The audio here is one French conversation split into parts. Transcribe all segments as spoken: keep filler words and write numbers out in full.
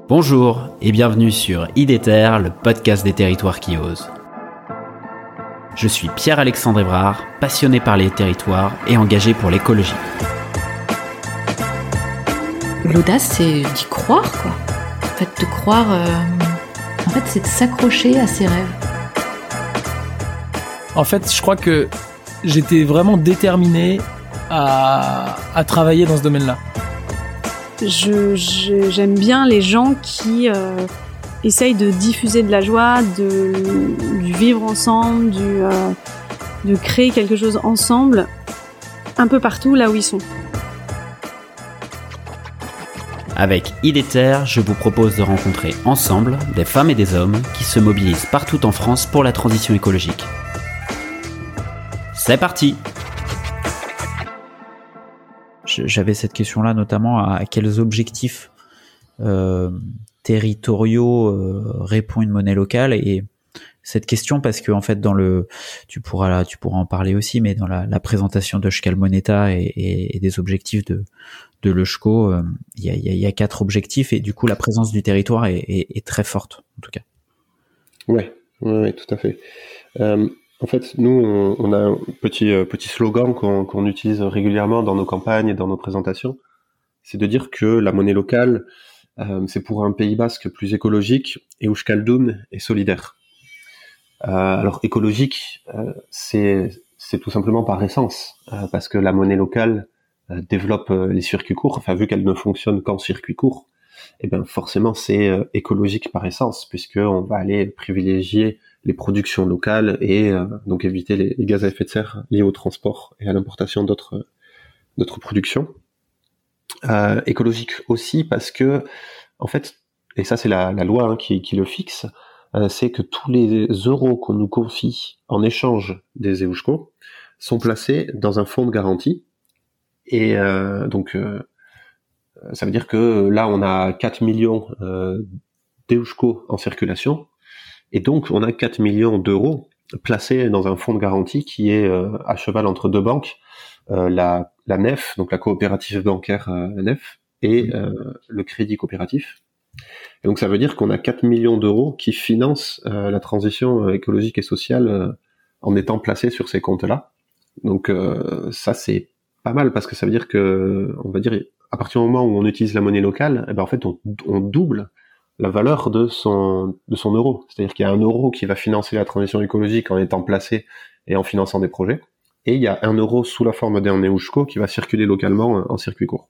Bonjour et bienvenue sur IDETER, le podcast des territoires qui osent. Je suis Pierre-Alexandre Évrard, passionné par les territoires et engagé pour l'écologie. L'audace, c'est d'y croire, quoi. En fait, de croire... Euh... En fait, c'est de s'accrocher à ses rêves. En fait, je crois que j'étais vraiment déterminé à, à travailler dans ce domaine-là. Je, je, j'aime bien les gens qui euh, essayent de diffuser de la joie, de, du vivre ensemble, du, euh, de créer quelque chose ensemble, un peu partout là où ils sont. Avec IDETER, je vous propose de rencontrer ensemble des femmes et des hommes qui se mobilisent partout en France pour la transition écologique. C'est parti! J'avais cette question-là notamment à quels objectifs euh, territoriaux euh, répond une monnaie locale, et cette question parce que en fait dans le tu pourras tu pourras en parler aussi, mais dans la, la présentation de Euskal Moneta et, et, et des objectifs de de l'Eusko, il euh, y, a, y, a, y a quatre objectifs et du coup la présence du territoire est, est, est très forte en tout cas. Ouais, ouais, ouais tout à fait. Euh... En fait, nous, on, on a un petit, euh, petit slogan qu'on, qu'on utilise régulièrement dans nos campagnes et dans nos présentations. C'est de dire que la monnaie locale, euh, c'est pour un Pays basque plus écologique et Euskaldun est solidaire. Euh, alors, écologique, euh, c'est, c'est tout simplement par essence, euh, parce que la monnaie locale euh, développe euh, les circuits courts. Enfin, vu qu'elle ne fonctionne qu'en circuit court, eh bien, forcément, c'est euh, écologique par essence, puisqu'on va aller privilégier les productions locales et euh, donc éviter les, les gaz à effet de serre liés au transport et à l'importation d'autres d'autres productions. Euh, écologique aussi parce que, en fait, et ça c'est la, la loi hein, qui, qui le fixe, euh, c'est que tous les euros qu'on nous confie en échange des EUSCO sont placés dans un fonds de garantie. Et euh, donc, euh, ça veut dire que là, on a quatre millions euh, d'EUSCO en circulation. Et donc, on a quatre millions d'euros placés dans un fonds de garantie qui est euh, à cheval entre deux banques, euh, la, la N E F, donc la coopérative bancaire euh, N E F, et euh, le crédit coopératif. Et donc, ça veut dire qu'on a quatre millions d'euros qui financent euh, la transition écologique et sociale euh, en étant placés sur ces comptes-là. Donc, euh, ça, c'est pas mal parce que ça veut dire que, on va dire, à partir du moment où on utilise la monnaie locale, eh ben, en fait, on, on double la valeur de son de son euro. C'est-à-dire qu'il y a un euro qui va financer la transition écologique en étant placé et en finançant des projets, et il y a un euro sous la forme d'un EUSCO qui va circuler localement en circuit court.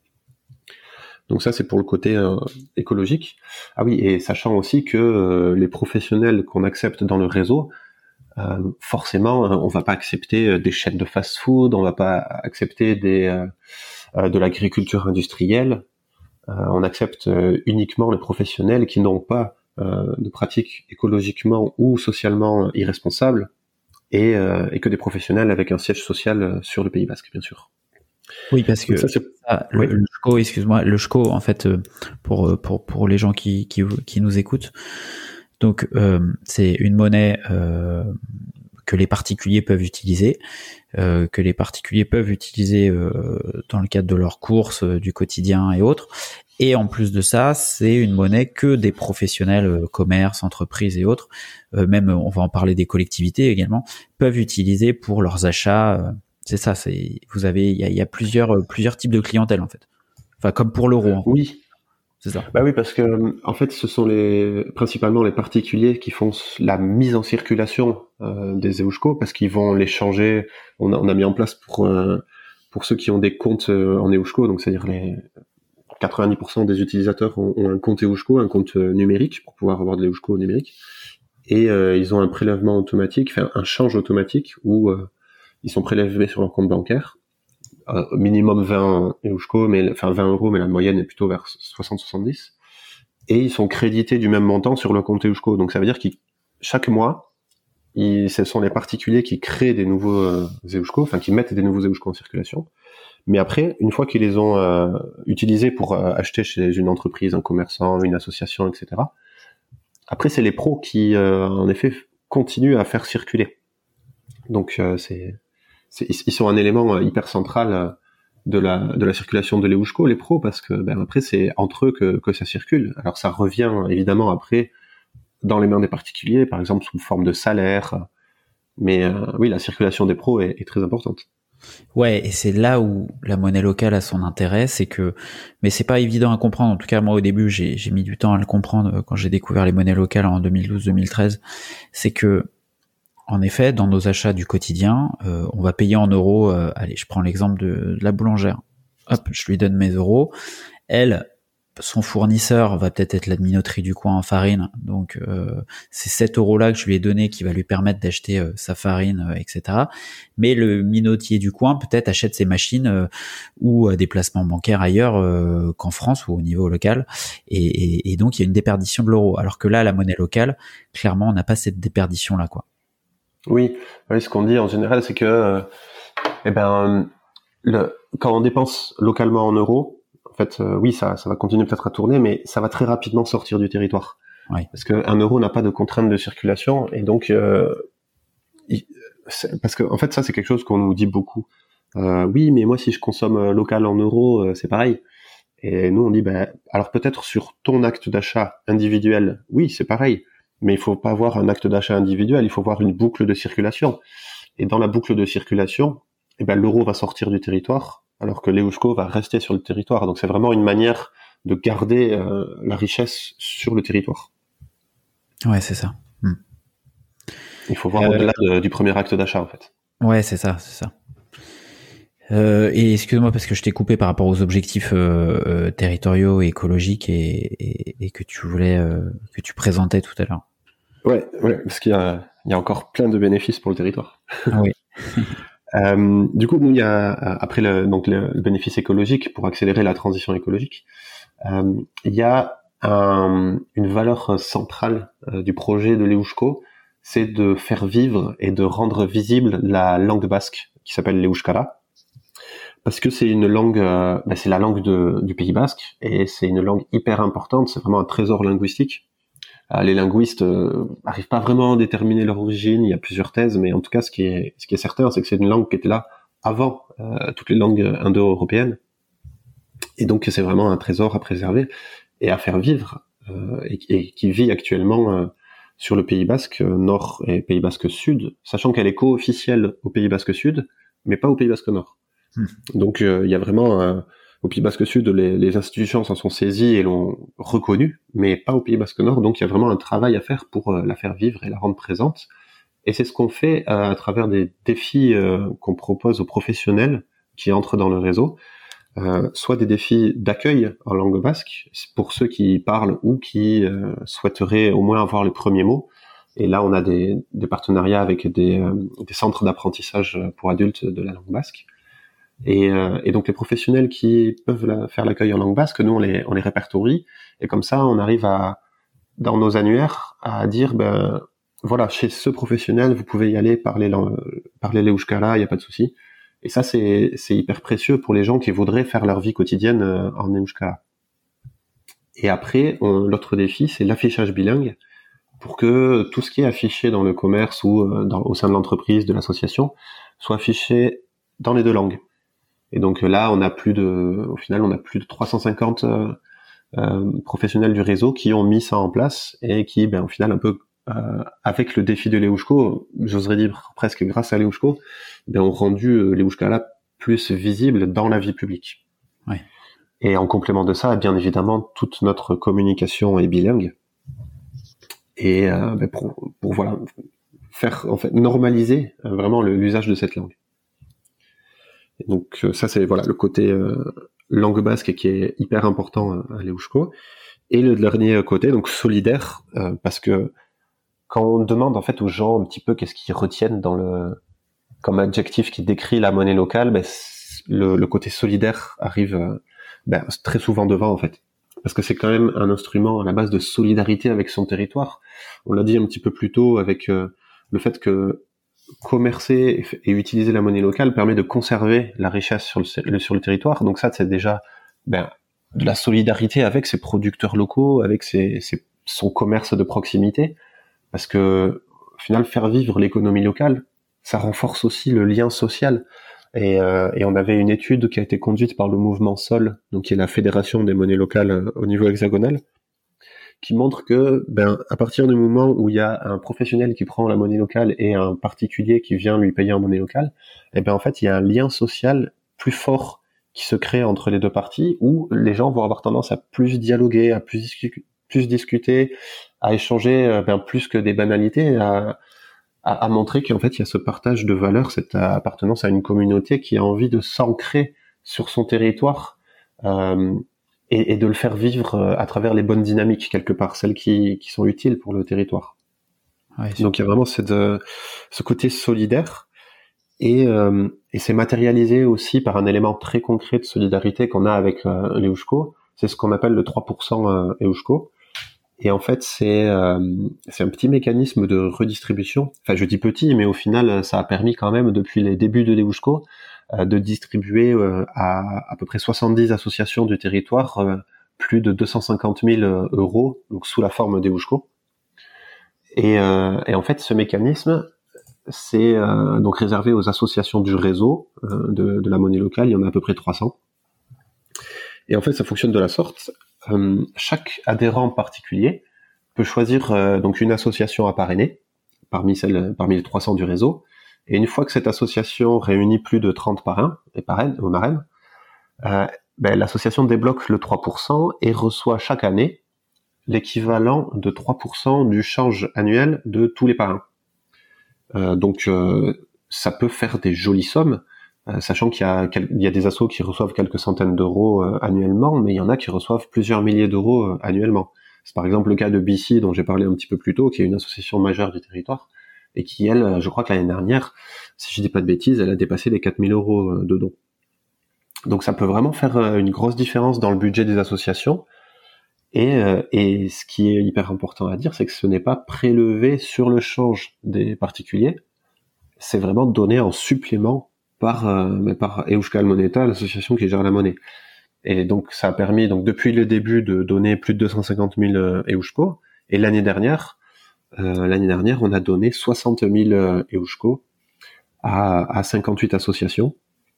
Donc ça, c'est pour le côté euh, écologique. Ah oui, et sachant aussi que euh, les professionnels qu'on accepte dans le réseau, euh, forcément, on va pas accepter des chaînes de fast-food, on va pas accepter des euh, de l'agriculture industrielle. Euh, on accepte euh, uniquement les professionnels qui n'ont pas euh, de pratiques écologiquement ou socialement irresponsables et, euh, et que des professionnels avec un siège social sur le Pays basque, bien sûr. Oui, parce que ça, ça, le, oui. le Eusko, excuse-moi, le Eusko, en fait, pour pour pour les gens qui qui qui nous écoutent, donc euh, c'est une monnaie euh, que les particuliers peuvent utiliser, euh, que les particuliers peuvent utiliser euh, dans le cadre de leurs courses, euh, du quotidien et autres. Et en plus de ça, c'est une monnaie que des professionnels, euh, commerces, entreprises et autres, euh, même on va en parler des collectivités également, peuvent utiliser pour leurs achats. Euh, c'est ça, c'est vous avez il y a, y a plusieurs euh, plusieurs types de clientèle en fait. Enfin comme pour l'euro. Hein. Oui. C'est ça. Bah oui, parce que en fait, ce sont les principalement les particuliers qui font la mise en circulation euh, des EUSCO parce qu'ils vont les changer. On a, on a mis en place pour euh, pour ceux qui ont des comptes euh, en EUSCO, donc c'est-à-dire les quatre-vingt-dix pour cent des utilisateurs ont, ont un compte EUSCO, un compte euh, numérique pour pouvoir avoir de l'EUSCO numérique, et euh, ils ont un prélèvement automatique, enfin un change automatique où euh, ils sont prélevés sur leur compte bancaire. Euh, minimum vingt EUSCO, mais enfin vingt euros, mais la moyenne est plutôt vers soixante à soixante-dix. Et ils sont crédités du même montant sur le compte EUSCO. Donc ça veut dire que chaque mois, ils, ce sont les particuliers qui créent des nouveaux euh, EUSCO, enfin qui mettent des nouveaux EUSCO en circulation. Mais après, une fois qu'ils les ont euh, utilisés pour euh, acheter chez une entreprise, un commerçant, une association, et cetera. Après, c'est les pros qui, euh, en effet, continuent à faire circuler. Donc euh, c'est C'est, ils sont un élément hyper central de la de la circulation de l'Eushko, les pros, parce que ben après c'est entre eux que que ça circule. Alors ça revient évidemment après dans les mains des particuliers, par exemple sous forme de salaire, mais euh, oui, la circulation des pros est, est très importante. Ouais, et c'est là où la monnaie locale a son intérêt, c'est que, mais c'est pas évident à comprendre. En tout cas, moi au début, j'ai, j'ai mis du temps à le comprendre quand j'ai découvert les monnaies locales en deux mille douze deux mille treize. C'est que, en effet, dans nos achats du quotidien, euh, on va payer en euros. Euh, allez, je prends l'exemple de, de la boulangère. Hop, je lui donne mes euros. Elle, son fournisseur va peut-être être la minoterie du coin en farine, donc euh, c'est sept euros là que je lui ai donné qui va lui permettre d'acheter euh, sa farine, euh, et cetera. Mais le minotier du coin peut-être achète ses machines euh, ou euh, des placements bancaires ailleurs euh, qu'en France ou au niveau local, et, et, et donc il y a une déperdition de l'euro. Alors que là, la monnaie locale, clairement, on n'a pas cette déperdition là, quoi. Oui, oui, ce qu'on dit en général, c'est que, euh, eh ben, le, quand on dépense localement en euros. En fait, euh, oui, ça, ça va continuer peut-être à tourner, mais ça va très rapidement sortir du territoire. Oui. Parce qu'un euro n'a pas de contrainte de circulation, et donc, euh, il, parce que en fait, ça c'est quelque chose qu'on nous dit beaucoup. Euh, oui, mais moi, si je consomme local en euros, euh, c'est pareil. Et nous, on dit, ben, alors peut-être sur ton acte d'achat individuel, oui, c'est pareil. Mais il faut pas avoir un acte d'achat individuel, il faut avoir une boucle de circulation. Et dans la boucle de circulation, eh ben, l'euro va sortir du territoire, alors que l'Eushko va rester sur le territoire. Donc c'est vraiment une manière de garder euh, la richesse sur le territoire. Ouais, c'est ça. Hmm. Il faut voir euh, au-delà de, du premier acte d'achat, en fait. Ouais, c'est ça, c'est ça. Euh, et excuse-moi parce que je t'ai coupé par rapport aux objectifs euh, euh, territoriaux et écologiques et, et, et que tu voulais, euh, que tu présentais tout à l'heure. Ouais, ouais, parce qu'il y a, il y a encore plein de bénéfices pour le territoire. Ah oui. Euh, du coup, il y a après le, donc le, le bénéfice écologique pour accélérer la transition écologique. Euh, il y a un, une valeur centrale euh, du projet de l'Eushko, c'est de faire vivre et de rendre visible la langue basque qui s'appelle l'Euskara, parce que c'est une langue, euh, ben c'est la langue de, du Pays Basque et c'est une langue hyper importante. C'est vraiment un trésor linguistique. Les linguistes n'arrivent euh, pas vraiment à déterminer leur origine, il y a plusieurs thèses, mais en tout cas, ce qui est, ce qui est certain, c'est que c'est une langue qui était là avant euh, toutes les langues indo-européennes, et donc c'est vraiment un trésor à préserver et à faire vivre, euh, et, et qui vit actuellement euh, sur le Pays Basque Nord et Pays Basque Sud, sachant qu'elle est co-officielle au Pays Basque Sud, mais pas au Pays Basque Nord. Mmh. Donc il euh, y a vraiment... Euh, Au Pays Basque Sud, les, les institutions s'en sont saisies et l'ont reconnue, mais pas au Pays Basque Nord, donc il y a vraiment un travail à faire pour euh, la faire vivre et la rendre présente. Et c'est ce qu'on fait à, à travers des défis euh, qu'on propose aux professionnels qui entrent dans le réseau, euh, soit des défis d'accueil en langue basque, pour ceux qui parlent ou qui euh, souhaiteraient au moins avoir les premiers mots. Et là, on a des, des partenariats avec des, euh, des centres d'apprentissage pour adultes de la langue basque. Et, euh, et donc les professionnels qui peuvent la, faire l'accueil en langue basque, nous on les, on les répertorie, et comme ça on arrive à, dans nos annuaires, à dire ben voilà, chez ce professionnel vous pouvez y aller, parler parler l'Euskara, il y a pas de souci. Et ça c'est c'est hyper précieux pour les gens qui voudraient faire leur vie quotidienne en Euskara. Et après on, l'autre défi c'est l'affichage bilingue, pour que tout ce qui est affiché dans le commerce ou dans, au sein de l'entreprise, de l'association, soit affiché dans les deux langues. Et donc là, on a plus de, au final, on a plus de trois cent cinquante euh, euh, professionnels du réseau qui ont mis ça en place et qui, ben, au final, un peu euh, avec le défi de l'Eushko, j'oserais dire presque grâce à l'Eushko, ben, ont rendu euh, l'Euskara plus visible dans la vie publique. Ouais. Et en complément de ça, bien évidemment, toute notre communication est bilingue. Et euh, ben, pour, pour voilà faire en fait normaliser euh, vraiment le, l'usage de cette langue. Et donc ça c'est voilà le côté euh, langue basque qui est hyper important à, à l'Eushko. Et le dernier côté donc solidaire, euh, parce que quand on demande en fait aux gens un petit peu qu'est-ce qu'ils retiennent dans le comme adjectif qui décrit la monnaie locale, ben, le, le côté solidaire arrive euh, ben, très souvent devant en fait, parce que c'est quand même un instrument à la base de solidarité avec son territoire. On l'a dit un petit peu plus tôt avec euh, le fait que commercer et utiliser la monnaie locale permet de conserver la richesse sur le, sur le territoire. Donc ça, c'est déjà ben, de la solidarité avec ses producteurs locaux, avec ses, ses, son commerce de proximité. Parce que, au final, faire vivre l'économie locale, ça renforce aussi le lien social. Et, euh, et on avait une étude qui a été conduite par le mouvement S O L, donc qui est la fédération des monnaies locales euh, au niveau hexagonal, qui montre que, ben, à partir du moment où il y a un professionnel qui prend la monnaie locale et un particulier qui vient lui payer en monnaie locale, et ben en fait il y a un lien social plus fort qui se crée entre les deux parties, où les gens vont avoir tendance à plus dialoguer, à plus, discu- plus discuter, à échanger, euh, ben plus que des banalités, à, à, à montrer qu'en fait il y a ce partage de valeurs, cette appartenance à une communauté qui a envie de s'ancrer sur son territoire. Euh, Et, et de le faire vivre à travers les bonnes dynamiques, quelque part, celles qui, qui sont utiles pour le territoire. Ouais, donc il y a vraiment cette, euh, ce côté solidaire, et, euh, et c'est matérialisé aussi par un élément très concret de solidarité qu'on a avec euh, les Eusko. C'est ce qu'on appelle le trois pour cent euh, Eusko. Et en fait, c'est, euh, c'est un petit mécanisme de redistribution. Enfin, je dis petit, mais au final, ça a permis quand même, depuis les débuts de l'Eusko, de distribuer euh, à à peu près soixante-dix associations du territoire euh, plus de deux cent cinquante mille euros, donc sous la forme des Eusko. Et, euh, et en fait, ce mécanisme, c'est euh, donc réservé aux associations du réseau euh, de, de la monnaie locale. Il y en a à peu près trois cents. Et en fait, ça fonctionne de la sorte. Euh, chaque adhérent particulier peut choisir euh, donc une association à parrainer parmi celles, parmi les trois cents du réseau. Et une fois que cette association réunit plus de trente parrains et parraines ou marraines, euh, ben, l'association débloque le trois pour cent et reçoit chaque année l'équivalent de trois pour cent du change annuel de tous les parrains. Euh, donc euh, ça peut faire des jolies sommes, euh, sachant qu'il y a, quel, il y a des assos qui reçoivent quelques centaines d'euros euh, annuellement, mais il y en a qui reçoivent plusieurs milliers d'euros euh, annuellement. C'est par exemple le cas de B C, dont j'ai parlé un petit peu plus tôt, qui est une association majeure du territoire, et qui, elle, je crois que l'année dernière, si je dis pas de bêtises, elle a dépassé les quatre mille euros de dons. Donc ça peut vraiment faire une grosse différence dans le budget des associations. Et, et ce qui est hyper important à dire, c'est que ce n'est pas prélevé sur le change des particuliers, c'est vraiment donné en supplément par, euh, par Euskal Moneta, l'association qui gère la monnaie. Et donc ça a permis, donc depuis le début, de donner plus de deux cent cinquante mille Eusko, et l'année dernière, Euh, l'année dernière, on a donné soixante mille euh, Eusko à, à cinquante-huit associations.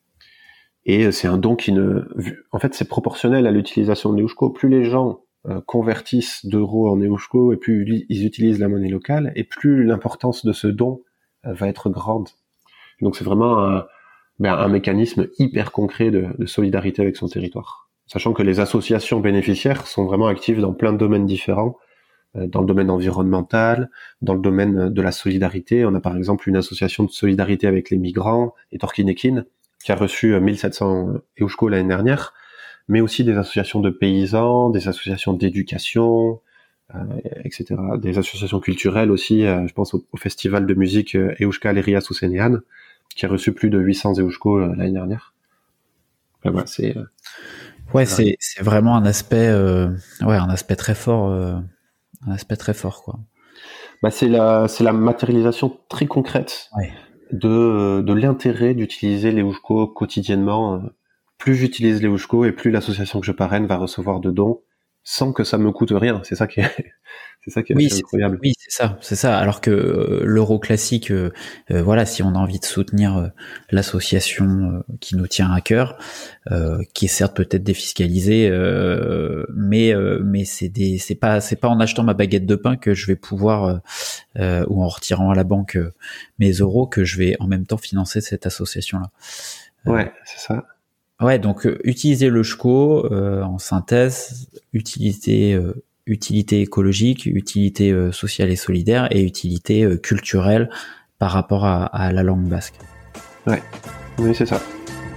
Et c'est un don qui ne... En fait, c'est proportionnel à l'utilisation de l'Eusko. Plus les gens euh, convertissent d'euros en Eusko, et plus ils utilisent la monnaie locale, et plus l'importance de ce don euh, va être grande. Donc c'est vraiment un, ben, un mécanisme hyper concret de, de solidarité avec son territoire. Sachant que les associations bénéficiaires sont vraiment actives dans plein de domaines différents, dans le domaine environnemental, dans le domaine de la solidarité. On a par exemple une association de solidarité avec les migrants, Etorkinekin, qui a reçu mille sept cents Eusko l'année dernière, mais aussi des associations de paysans, des associations d'éducation, euh, et cetera. Des associations culturelles aussi, euh, je pense au, au festival de musique euh, Euskal Herria Zuzenean, qui a reçu plus de huit cents Eusko euh, l'année dernière. Enfin, voilà, c'est... Euh, ouais, c'est, c'est vraiment un aspect, euh, ouais, un aspect très fort... Euh... Un aspect très fort, quoi. Bah, c'est la, c'est la matérialisation très concrète ouais. de, de l'intérêt d'utiliser les Eusko quotidiennement. Plus j'utilise les Eusko et plus l'association que je parraine va recevoir de dons sans que ça me coûte rien. C'est ça qui est, c'est ça qui est oui, assez incroyable. C'est, oui, c'est ça, c'est ça. Alors que euh, l'euro classique, euh, euh, voilà, si on a envie de soutenir euh, l'association euh, qui nous tient à cœur, euh, qui est certes peut-être défiscalisée, euh, mais euh, mais c'est des, c'est pas, c'est pas en achetant ma baguette de pain que je vais pouvoir euh, euh, ou en retirant à la banque euh, mes euros que je vais en même temps financer cette association-là. Euh, ouais, c'est ça. Ouais, donc euh, utiliser le Eusko euh, en synthèse, utilité euh, utilité écologique, utilité euh, sociale et solidaire et utilité euh, culturelle par rapport à, à la langue basque. Ouais, oui, c'est ça.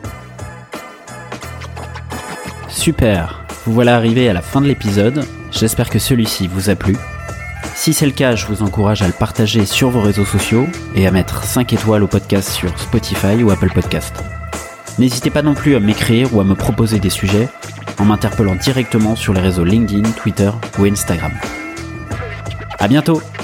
Super, vous voilà arrivé à la fin de l'épisode. J'espère que celui-ci vous a plu. Si c'est le cas, je vous encourage à le partager sur vos réseaux sociaux et à mettre cinq étoiles au podcast sur Spotify ou Apple Podcast. N'hésitez pas non plus à m'écrire ou à me proposer des sujets en m'interpellant directement sur les réseaux LinkedIn, Twitter ou Instagram. À bientôt!